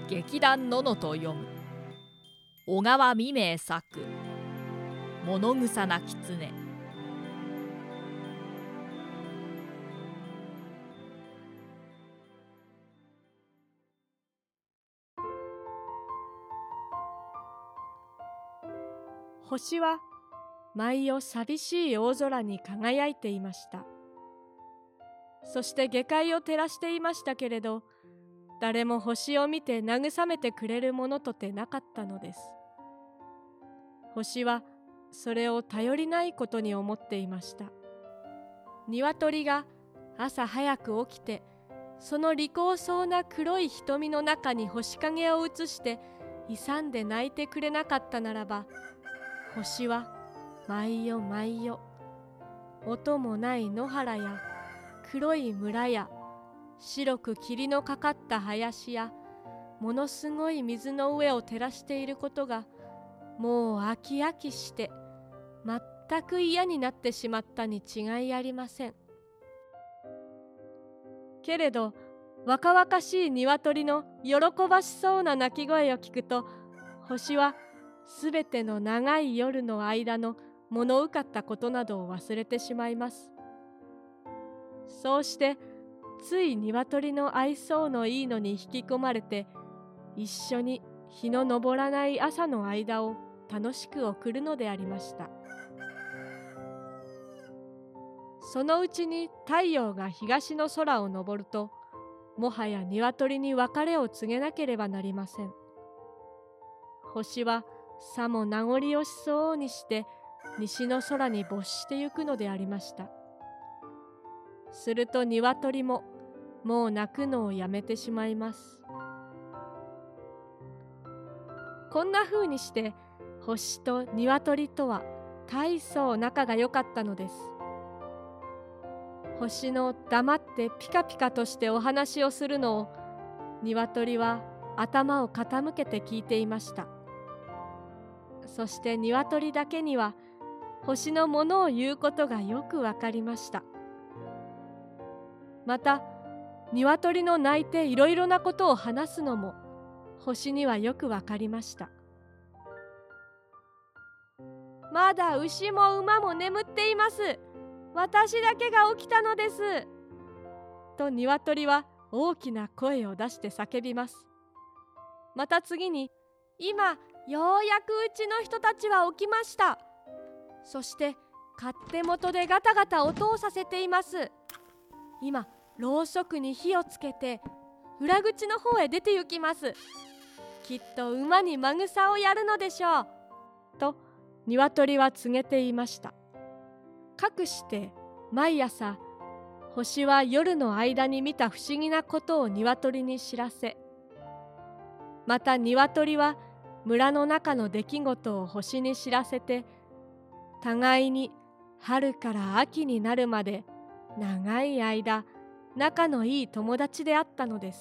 劇団ののと読む小川未明作物草な狐。 星は毎夜寂しい大空に輝いていました。そして下界を照らしていましたけれど、誰も星を見て慰めてくれるものとてなかったのです。星はそれを頼りないことに思っていました。鶏が朝早く起きて、その利口そうな黒い瞳の中に星影を映して勇んで泣いてくれなかったならば、星は毎夜毎夜音もない野原や黒い村や白く霧のかかった林やものすごい水の上を照らしていることがもう飽き飽きして全く嫌になってしまったに違いありません。けれど若々しい鶏の喜ばしそうな鳴き声を聞くと、星はすべての長い夜の間の物うかったことなどを忘れてしまいます。そうしてつい鶏の愛想のいいのに引き込まれて、一緒に日の昇らない朝の間を楽しく送るのでありました。そのうちに太陽が東の空を昇ると、もはや鶏に別れを告げなければなりません。星はさも名残惜しそうにして西の空に没してゆくのでありました。すると鶏ももう鳴くのをやめてしまいます。こんなふうにして星と鶏とは大層仲が良かったのです。星の黙ってピカピカとしてお話をするのを鶏は頭を傾けて聞いていました。そして鶏だけには星のものを言うことがよくわかりました。また鶏の鳴いていろいろなことを話すのも星にはよくわかりました。まだ牛も馬も眠っています。私だけが起きたのです。と鶏は大きな声を出して叫びます。また次に、今ようやくうちの人たちは起きました。そして勝手元でガタガタ音をさせています。今ろうそくに火をつけて裏口の方へ出て行きます。きっと馬にまぐさをやるのでしょう。と鶏は告げていました。かくして毎朝星は夜の間に見た不思議なことを鶏に知らせ、また鶏は村の中の出来事を星に知らせて、互いに春から秋になるまで長い間仲のいい友達であったのです。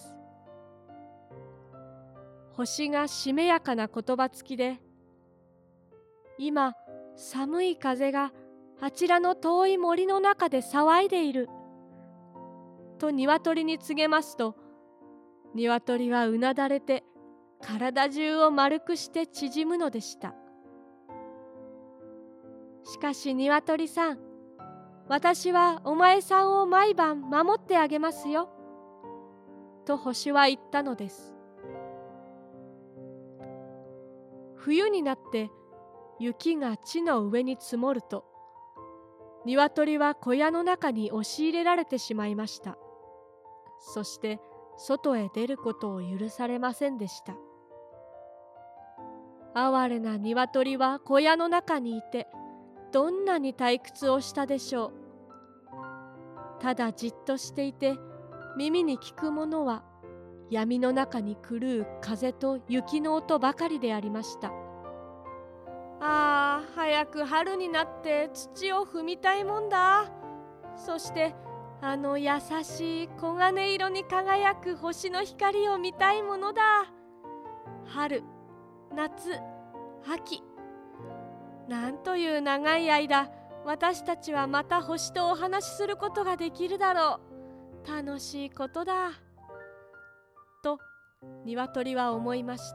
星がしめやかな言葉付きで、今寒い風があちらの遠い森の中で騒いでいると鶏に告げますと、鶏はうなだれて体中を丸くして縮むのでした。しかし鶏さん、私はお前さんを毎晩守ってあげますよ。と星は言ったのです。冬になって雪が地の上に積もると、鶏は小屋の中に押し入れられてしまいました。そして外へ出ることを許されませんでした。哀れな鶏は小屋の中にいて、どんなに退屈をしたでしょう。ただじっとしていて、耳に聞くものは闇の中に狂う風と雪の音ばかりでありました。ああ、早く春になって土を踏みたいもんだ。そしてあの優しい黄金色に輝く星の光を見たいものだ。春、夏、秋、なんという長い間、私たちはまた星とお話しすることができるだろう。楽しいことだ。と鶏は思いました。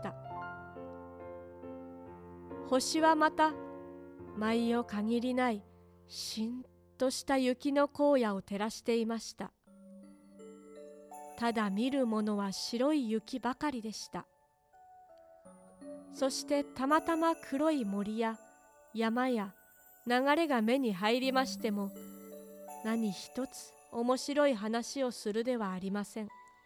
星はまた舞を限りないしんとした雪の荒野を照らしていました。ただ見るものは白い雪ばかりでした。そしてたまたま黒い森や山や流れが目に入りましても、何一つ面白い話をするではありません。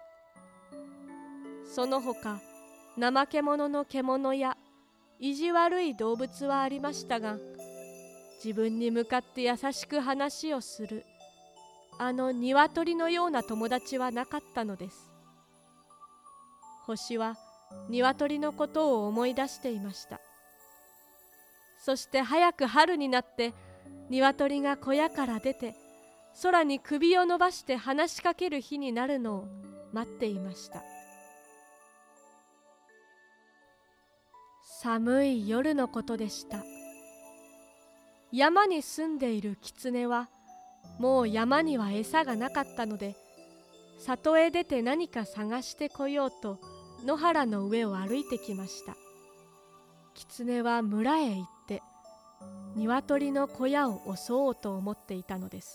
その他怠け者の獣や意地悪い動物はありましたが、自分に向かって優しく話をするあの鶏のような友達はなかったのです。星は鶏のことを思い出していました。そして早く春になって鶏が小屋から出て空に首を伸ばして話しかける日になるのを待っていました。寒い夜のことでした。山に住んでいる狐はもう山には餌がなかったので、里へ出て何か探してこようと野原の上を歩いてきました。狐は村へ行って鶏の小屋を襲おうと思っていたのです。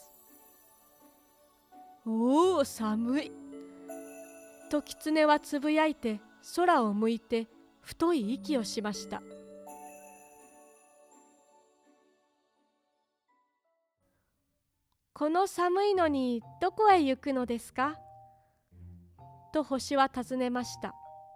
おお、寒いと狐はつぶやいて空を向いて太い息をしました。この寒いのにどこへ行くのですかと星は尋ねました。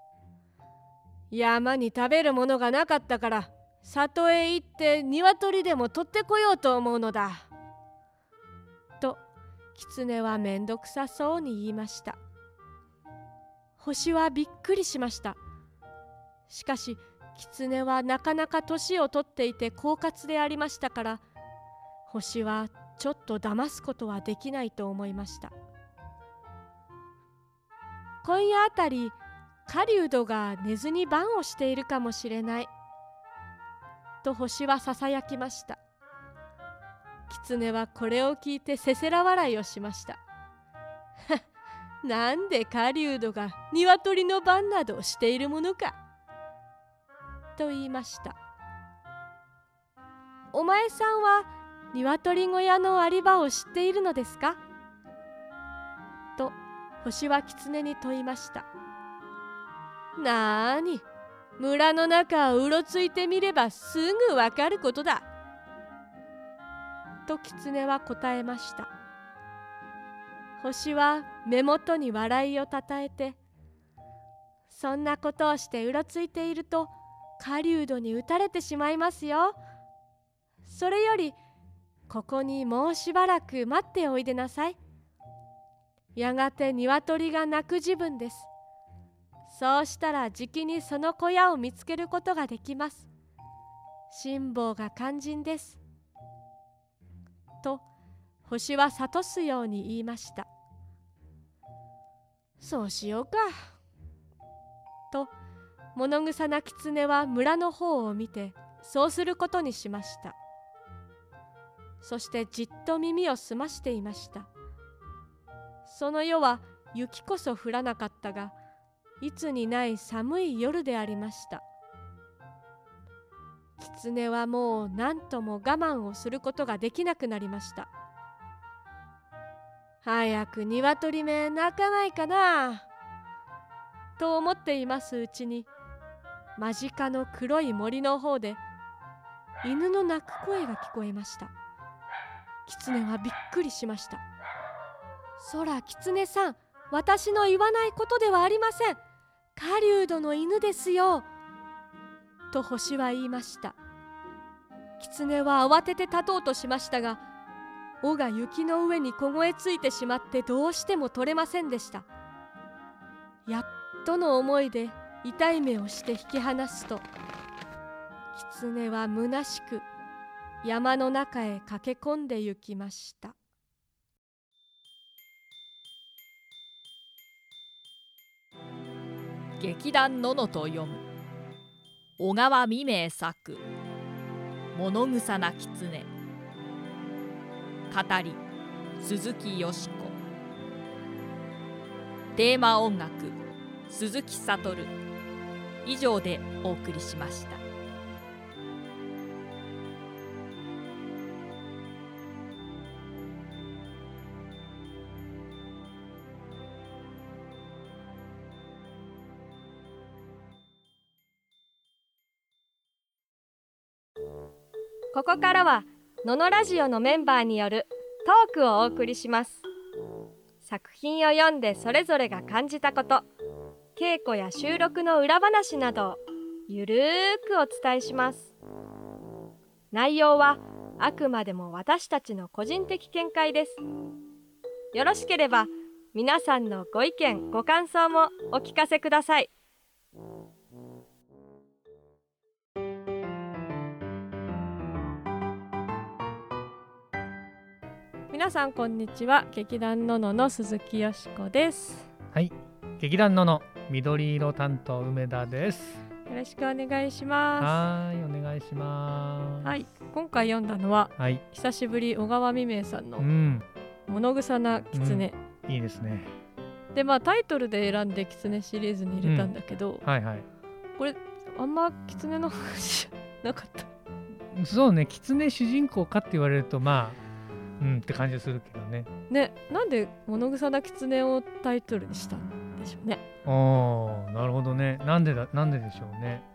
山に食べるものがなかったから里へ行って鶏でも取ってこようと思うのだ。と狐はめんどくさそうに言いました。星はびっくりしました。しかし狐はなかなか年を取っていて狡猾でありましたから、星はちょっと騙すことはできないと思いました。今夜あたり狩人が寝ずに番をしているかもしれないと星はささやきました。狐はこれを聞いてせせら笑いをしました。なんで狩人が鶏の番などをしているものかと言いました。お前さんは鶏小屋のあり場を知っているのですかと星は狐に問いました。なーに、村の中をうろついてみればすぐわかることだと狐は答えました。星は目元に笑いをたたえて、そんなことをしてうろついていると狩人に撃たれてしまいますよ。それよりここにもうしばらく待っておいでなさい。やがて鶏が鳴く時分です。そうしたらじきにその小屋を見つけることができます。辛抱が肝心です。と星は諭すように言いました。そうしようか。と物臭な狐は村の方を見てそうすることにしました。そしてじっと耳を澄ましていました。その夜は雪こそ降らなかったが、いつにない寒い夜でありました。狐はもう何とも我慢をすることができなくなりました。早く鶏め鳴かないかなと思っていますうちに、間近の黒い森の方で犬の鳴く声が聞こえました。狐はびっくりしました。そら狐さん、私の言わないことではありません。狩人の犬ですよ。と星は言いました。狐は慌てて立とうとしましたが、尾が雪の上に凍えついてしまってどうしても取れませんでした。やっとの思いで痛い目をして引き離すと、狐は虚しく山の中へ駆け込んで行きました。 劇団ののと読む小川未明作物草な狐。語り鈴木よし子。テーマ音楽鈴木悟。以上でお送りしました。 ここからはののラジオのメンバーによるトークをお送りします。作品を読んでそれぞれが感じたこと、稽古や収録の裏話などをゆるーくお伝えします。内容はあくまでも私たちの個人的見解です。よろしければ皆さんのご意見ご感想もお聞かせください。皆さんこんにちは。劇団ののの鈴木よしこです。 はい、劇団のの緑色担当梅田です。 よろしくお願いします。 はい、お願いします。 はい、今回読んだのは、 はい、 久しぶり小川未明さんの物草な狐、 いいですね。 でタイトルで選んで狐シリーズに入れたんだけど、 はいはい、 これあんま狐の話なかった。 そうね、狐主人公かって言われるとって感じがするけどね。 なんで物草な狐をタイトルにしたんでしょうね。 なるほどね。なんででしょうね。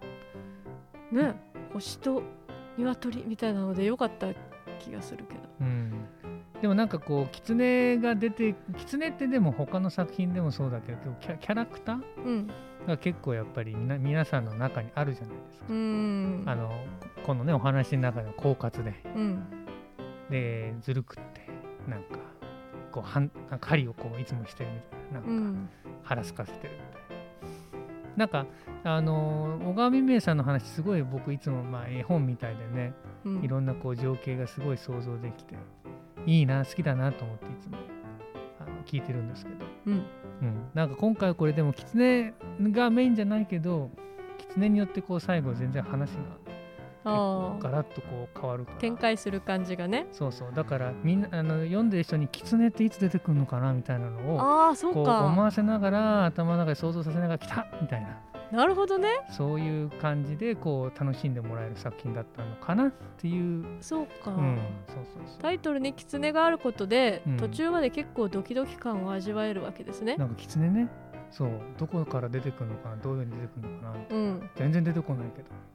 星と鶏みたいなのでよかった気がするけど。 でもなんかこう狐ってでも他の作品でもそうだけどキャラクター、が結構やっぱり皆さんの中にあるじゃないですか。このねお話の中で狡猾で。でずるくってなんかこう針をこういつもしてるみたいな、なんか腹すかせてるみたいな、なんか小川未明さんの話すごい僕いつも絵本みたいでね、いろんなこう情景がすごい想像できていいな、好きだなと思っていつも聞いてるんですけど、なんか今回これでも狐がメインじゃないけど狐によってこう最後全然話がガラッとこう変わるから展開する感じがね。 そうだからみんな読んでる人に狐っていつ出てくるのかなみたいなのをこう思わせながら頭の中で想像させながら来たみたいな。 なるほどね。 そういう感じでこう楽しんでもらえる作品だったのかなっていう。 そうか、 そうタイトルに狐があることで、途中まで結構ドキドキ感を味わえるわけですね。 なんか狐ね、どこから出てくるのかな、どういう風に出てくるのかな、全然出てこないけどみたいな。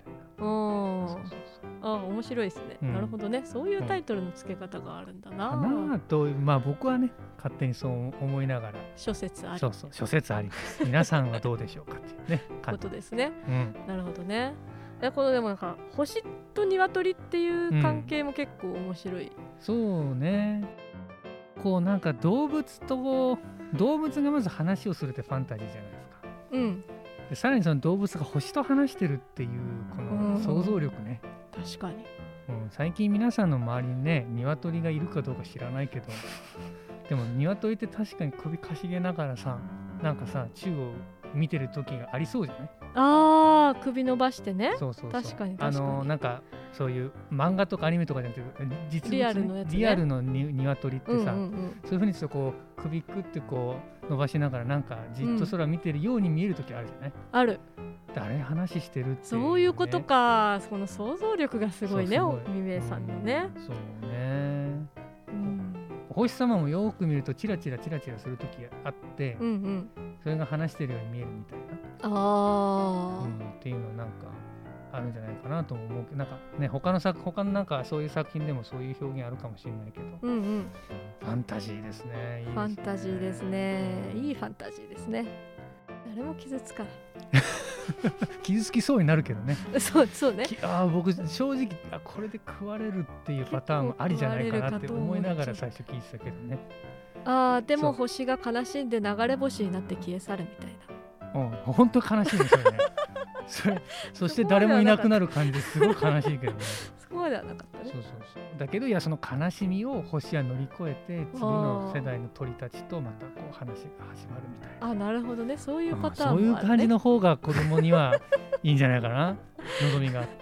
面白いですね、なるほどね。そういうタイトルの付け方があるんだな。 と僕はね勝手にそう思いながら。 諸説あり。 諸説ありです。皆さんはどうでしょうかっていうねことですね。なるほどね。このでもなんか星と鶏っていう関係も結構面白い。 そうね。こうなんか動物がまず話をするってファンタジーじゃないですか。でさらにその動物が星と話してるっていうこの想像力ね。 確かに、 最近皆さんの周りにね鶏がいるかどうか知らないけどでも鶏って確かに首かしげながらさ、なんかさ宙を見てる時がありそうじゃない？ 首伸ばしてね。 確かになんかそういう漫画とかアニメとかじゃなくて実物、 リアルのやつね、 リアルの鶏ってさ、そういう風にしてこう首くってこう伸ばしながらなんかじっと空見てるように見える時あるじゃない？ ある。 誰話してるっていう、ね、 そういうことか。その想像力がすごいね、未明さんのね。 そうね。お星様もよく見るとチラチラする時があって、それが話してるように見えるみたいな。っていうのなんかあるんじゃないかなと思うけど、なんかね他のなんかそういう作品でもそういう表現あるかもしれないけど、ファンタジーですね。 ファンタジーですね。いいファンタジーですね。誰も傷つかない。 傷つきそうになるけどね。 そうね。 僕正直これで食われるっていうパターンもありじゃないかなって思いながら最初聞いてたけどね。 でも星が悲しんで流れ星になって消え去るみたいな。本当悲しいですよね。そして誰もいなくなる感じですごい悲しいけどね。 そうではなかったね。 だけどその悲しみを星は乗り越えて次の世代の鳥たちとまたこう話が始まるみたいな。 なるほどね。そういうパターンもあるね。 そういう感じの方が子供にはいいんじゃないかな。望みがあって。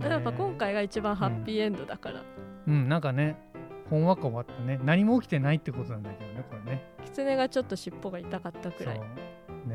やっぱ今回が一番ハッピーエンドだから。 なんかね、ほんわか終わったね。何も起きてないってことなんだけどね、これね。 狐がちょっと尻尾が痛かったくらい。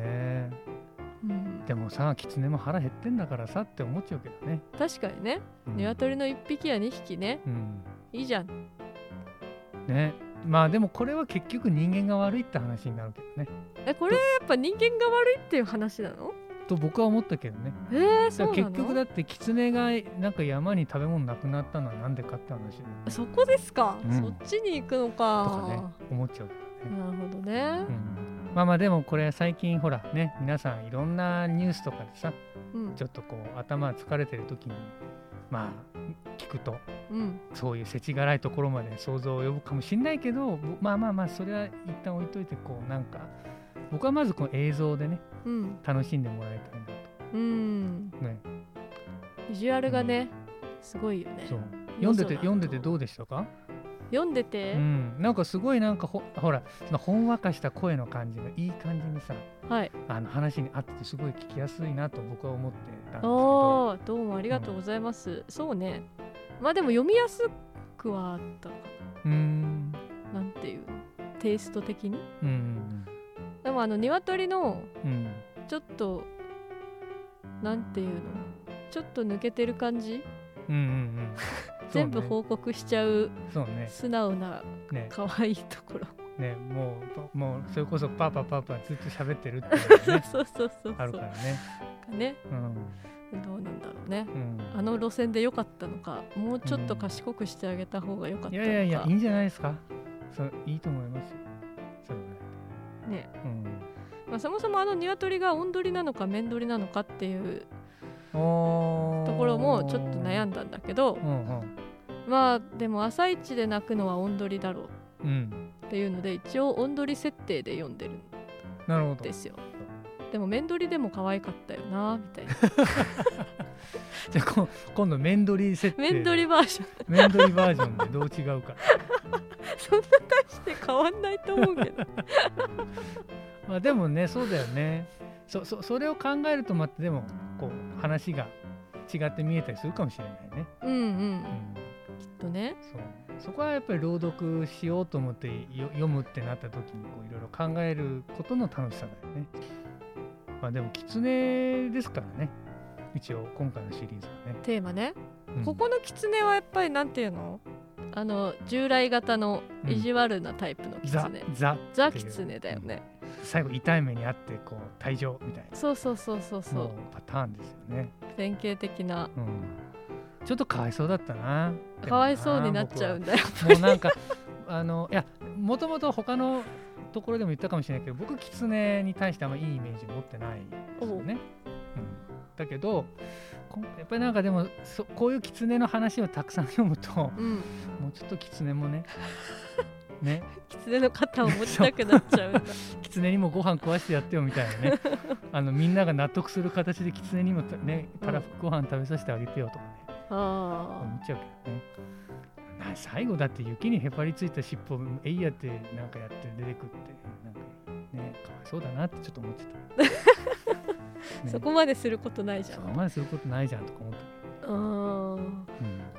ね、でもさ、キツネも腹減ってんだからさって思っちゃうけどね。 確かにね、鶏の1匹や2匹ね、いいじゃんね。まあでもこれは結局人間が悪いって話になるけどね。 これやっぱ人間が悪いっていう話なのと僕は思ったけどね。 そうなの？ 結局だってキツネがなんか山に食べ物なくなったのはなんでかって話で、ね、 そこですか、そっちに行くのかとかね思っちゃうけどね。 なるほどね、 まあでもこれ最近ほらね、皆さんいろんなニュースとかでさ、ちょっとこう頭疲れてる時にまあ聞くと、そういう世知辛いところまで想像を呼ぶかもしれないけど、まあそれは一旦置いといて、こうなんか僕はまずこの映像でね、楽しんでもらいたいなと。ね、 ビジュアルがね、すごいよね。 そう読んでてどうでしたか？ 読んでて、 なんかすごいなんかほらそのほんわかした声の感じがいい感じにさ、話に合っててすごい聞きやすいなと僕は思ってたんですけど。 どうもありがとうございます。そうね。まあでも読みやすくはあったかな。なんていうの、テイスト的に。でも鶏のちょっとなんていうの、ちょっと抜けてる感じ。全部報告しちゃう、素直な可愛いところ、 ね、もうそれこそパパずっと喋ってるっていうのねそうあるからね。 どうなんだろうね、あの路線で良かったのか、もうちょっと賢くしてあげた方が良かったのか。 いやいいんじゃないですか。いいと思いますよ、それぐらいね。まあ、そもそも鶏がオンドリなのかメンドリなのかっていうところもちょっと悩んだんだけど、まあでも朝一で鳴くのはオンドリだろうっていうので、一応オンドリ設定で読んでるんですよ。でもメンドリでも可愛かったよなみたいなじゃあ今度メンドリ設定、 メンドリバージョンメンドリバージョンでどう違うかそんな大して変わんないと思うけどまあでもね、そうだよね。それを考えるとまたでもこう話が違って見えたりするかもしれないね。 きっとね。 そこはやっぱり朗読しようと思って読むってなった時にこういろいろ考えることの楽しさだよね。まあでもキツネですからね、一応今回のシリーズはね。 テーマね。ここのキツネはやっぱりなんていうの？従来型の意地悪なタイプのキツネ。ザキツネだよね。 最後痛い目にあってこう退場みたいな。 そうパターンですよね。 典型的な。 ちょっとかわいそうだったな。 かわいそうになっちゃうんだよ。 もうなんかいや、もともと他のところでも言ったかもしれないけど、僕キツネに対してあんまいいイメージ持ってないですよね。だけどやっぱりなんかでもこういうキツネの話をたくさん読むと、もうちょっとキツネもねキツネの肩を持ちたくなっちゃうんだキツネにもご飯食わしてやってよみたいなねみんなが納得する形でキツネにもねたらふくご飯食べさせてあげてよとかね、思っちゃうけどね。最後だって雪にへばりついた尻尾えいやってなんかやって出てくってなんかね、かわいそうだなってちょっと思ってたそこまですることないじゃん。 そこまですることないじゃんとか思った。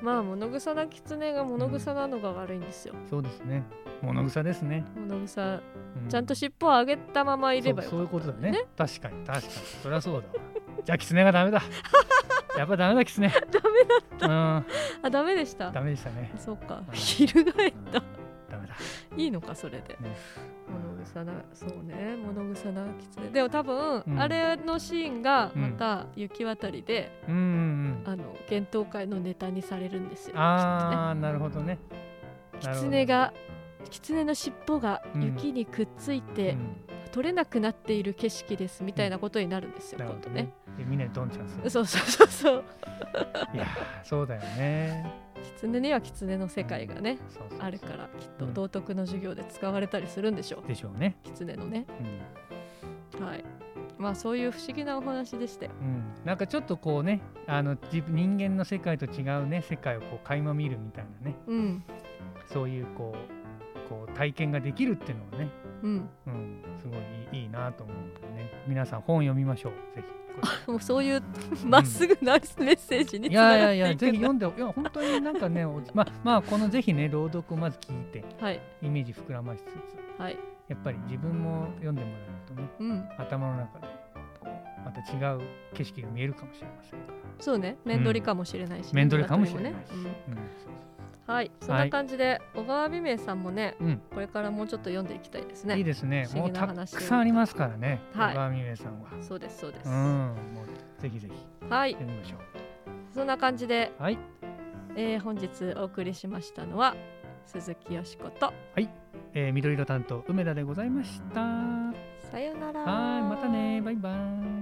まあ物臭なキツネが物臭なのが悪いんですよ。 そうですね。物臭ですね。 物臭、ちゃんと尻尾を上げたままいればよかった。 そういうことだね。確かにそりゃそうだわ。じゃあキツネがダメだ。やっぱダメだキツネ。 ダメだった。ダメでした。 ダメでしたね。 そうか。翻った。 ダメだ。 いいのかそれで。物臭な、そうね、物臭なキツネ。でも多分、あれのシーンがまた雪渡りで、幻冬会のネタにされるんですよ。 なるほどね。 キツネの尻尾が雪にくっついて、取れなくなっている景色ですみたいなことになるんですよ、今度ね。 みんなでドンチャンス。 そういやそうだよね。 キツネにはキツネの世界がねあるから、きっと道徳の授業で使われたりするんでしょう。 でしょうね。 キツネのね。はい。まあそういう不思議なお話でしたよ。 なんかちょっとこうね、人間の世界と違うね世界をこう垣間見るみたいなね。そういうこう体験ができるっていうのはね。すごいいいなと思うのでね。皆さん本読みましょう。ぜひ。 もうそういうまっすぐなメッセージにつながっていくんだ。 いやぜひ読んで、本当になんかねまあこのぜひね朗読をまず聞いて、イメージ膨らましつつ、 やっぱり自分も読んでもらうとね、頭の中でまた違う景色が見えるかもしれませんから。 そうね、面取りかもしれないし、 面取りかもしれないし、 はい、そんな感じで、小川美明さんもね、これからもうちょっっと読んでいきたいですね。 いいですね。もうたくさんありますからね、小川美明さんは。 そうですそうです。 もうぜひぜひはい読みましょう。 そんな感じで、 はい、 本日お送りしましたのは鈴木よしこと、 はい、緑色担当梅田でございました。 さようなら。 はい、またね、バイバイ。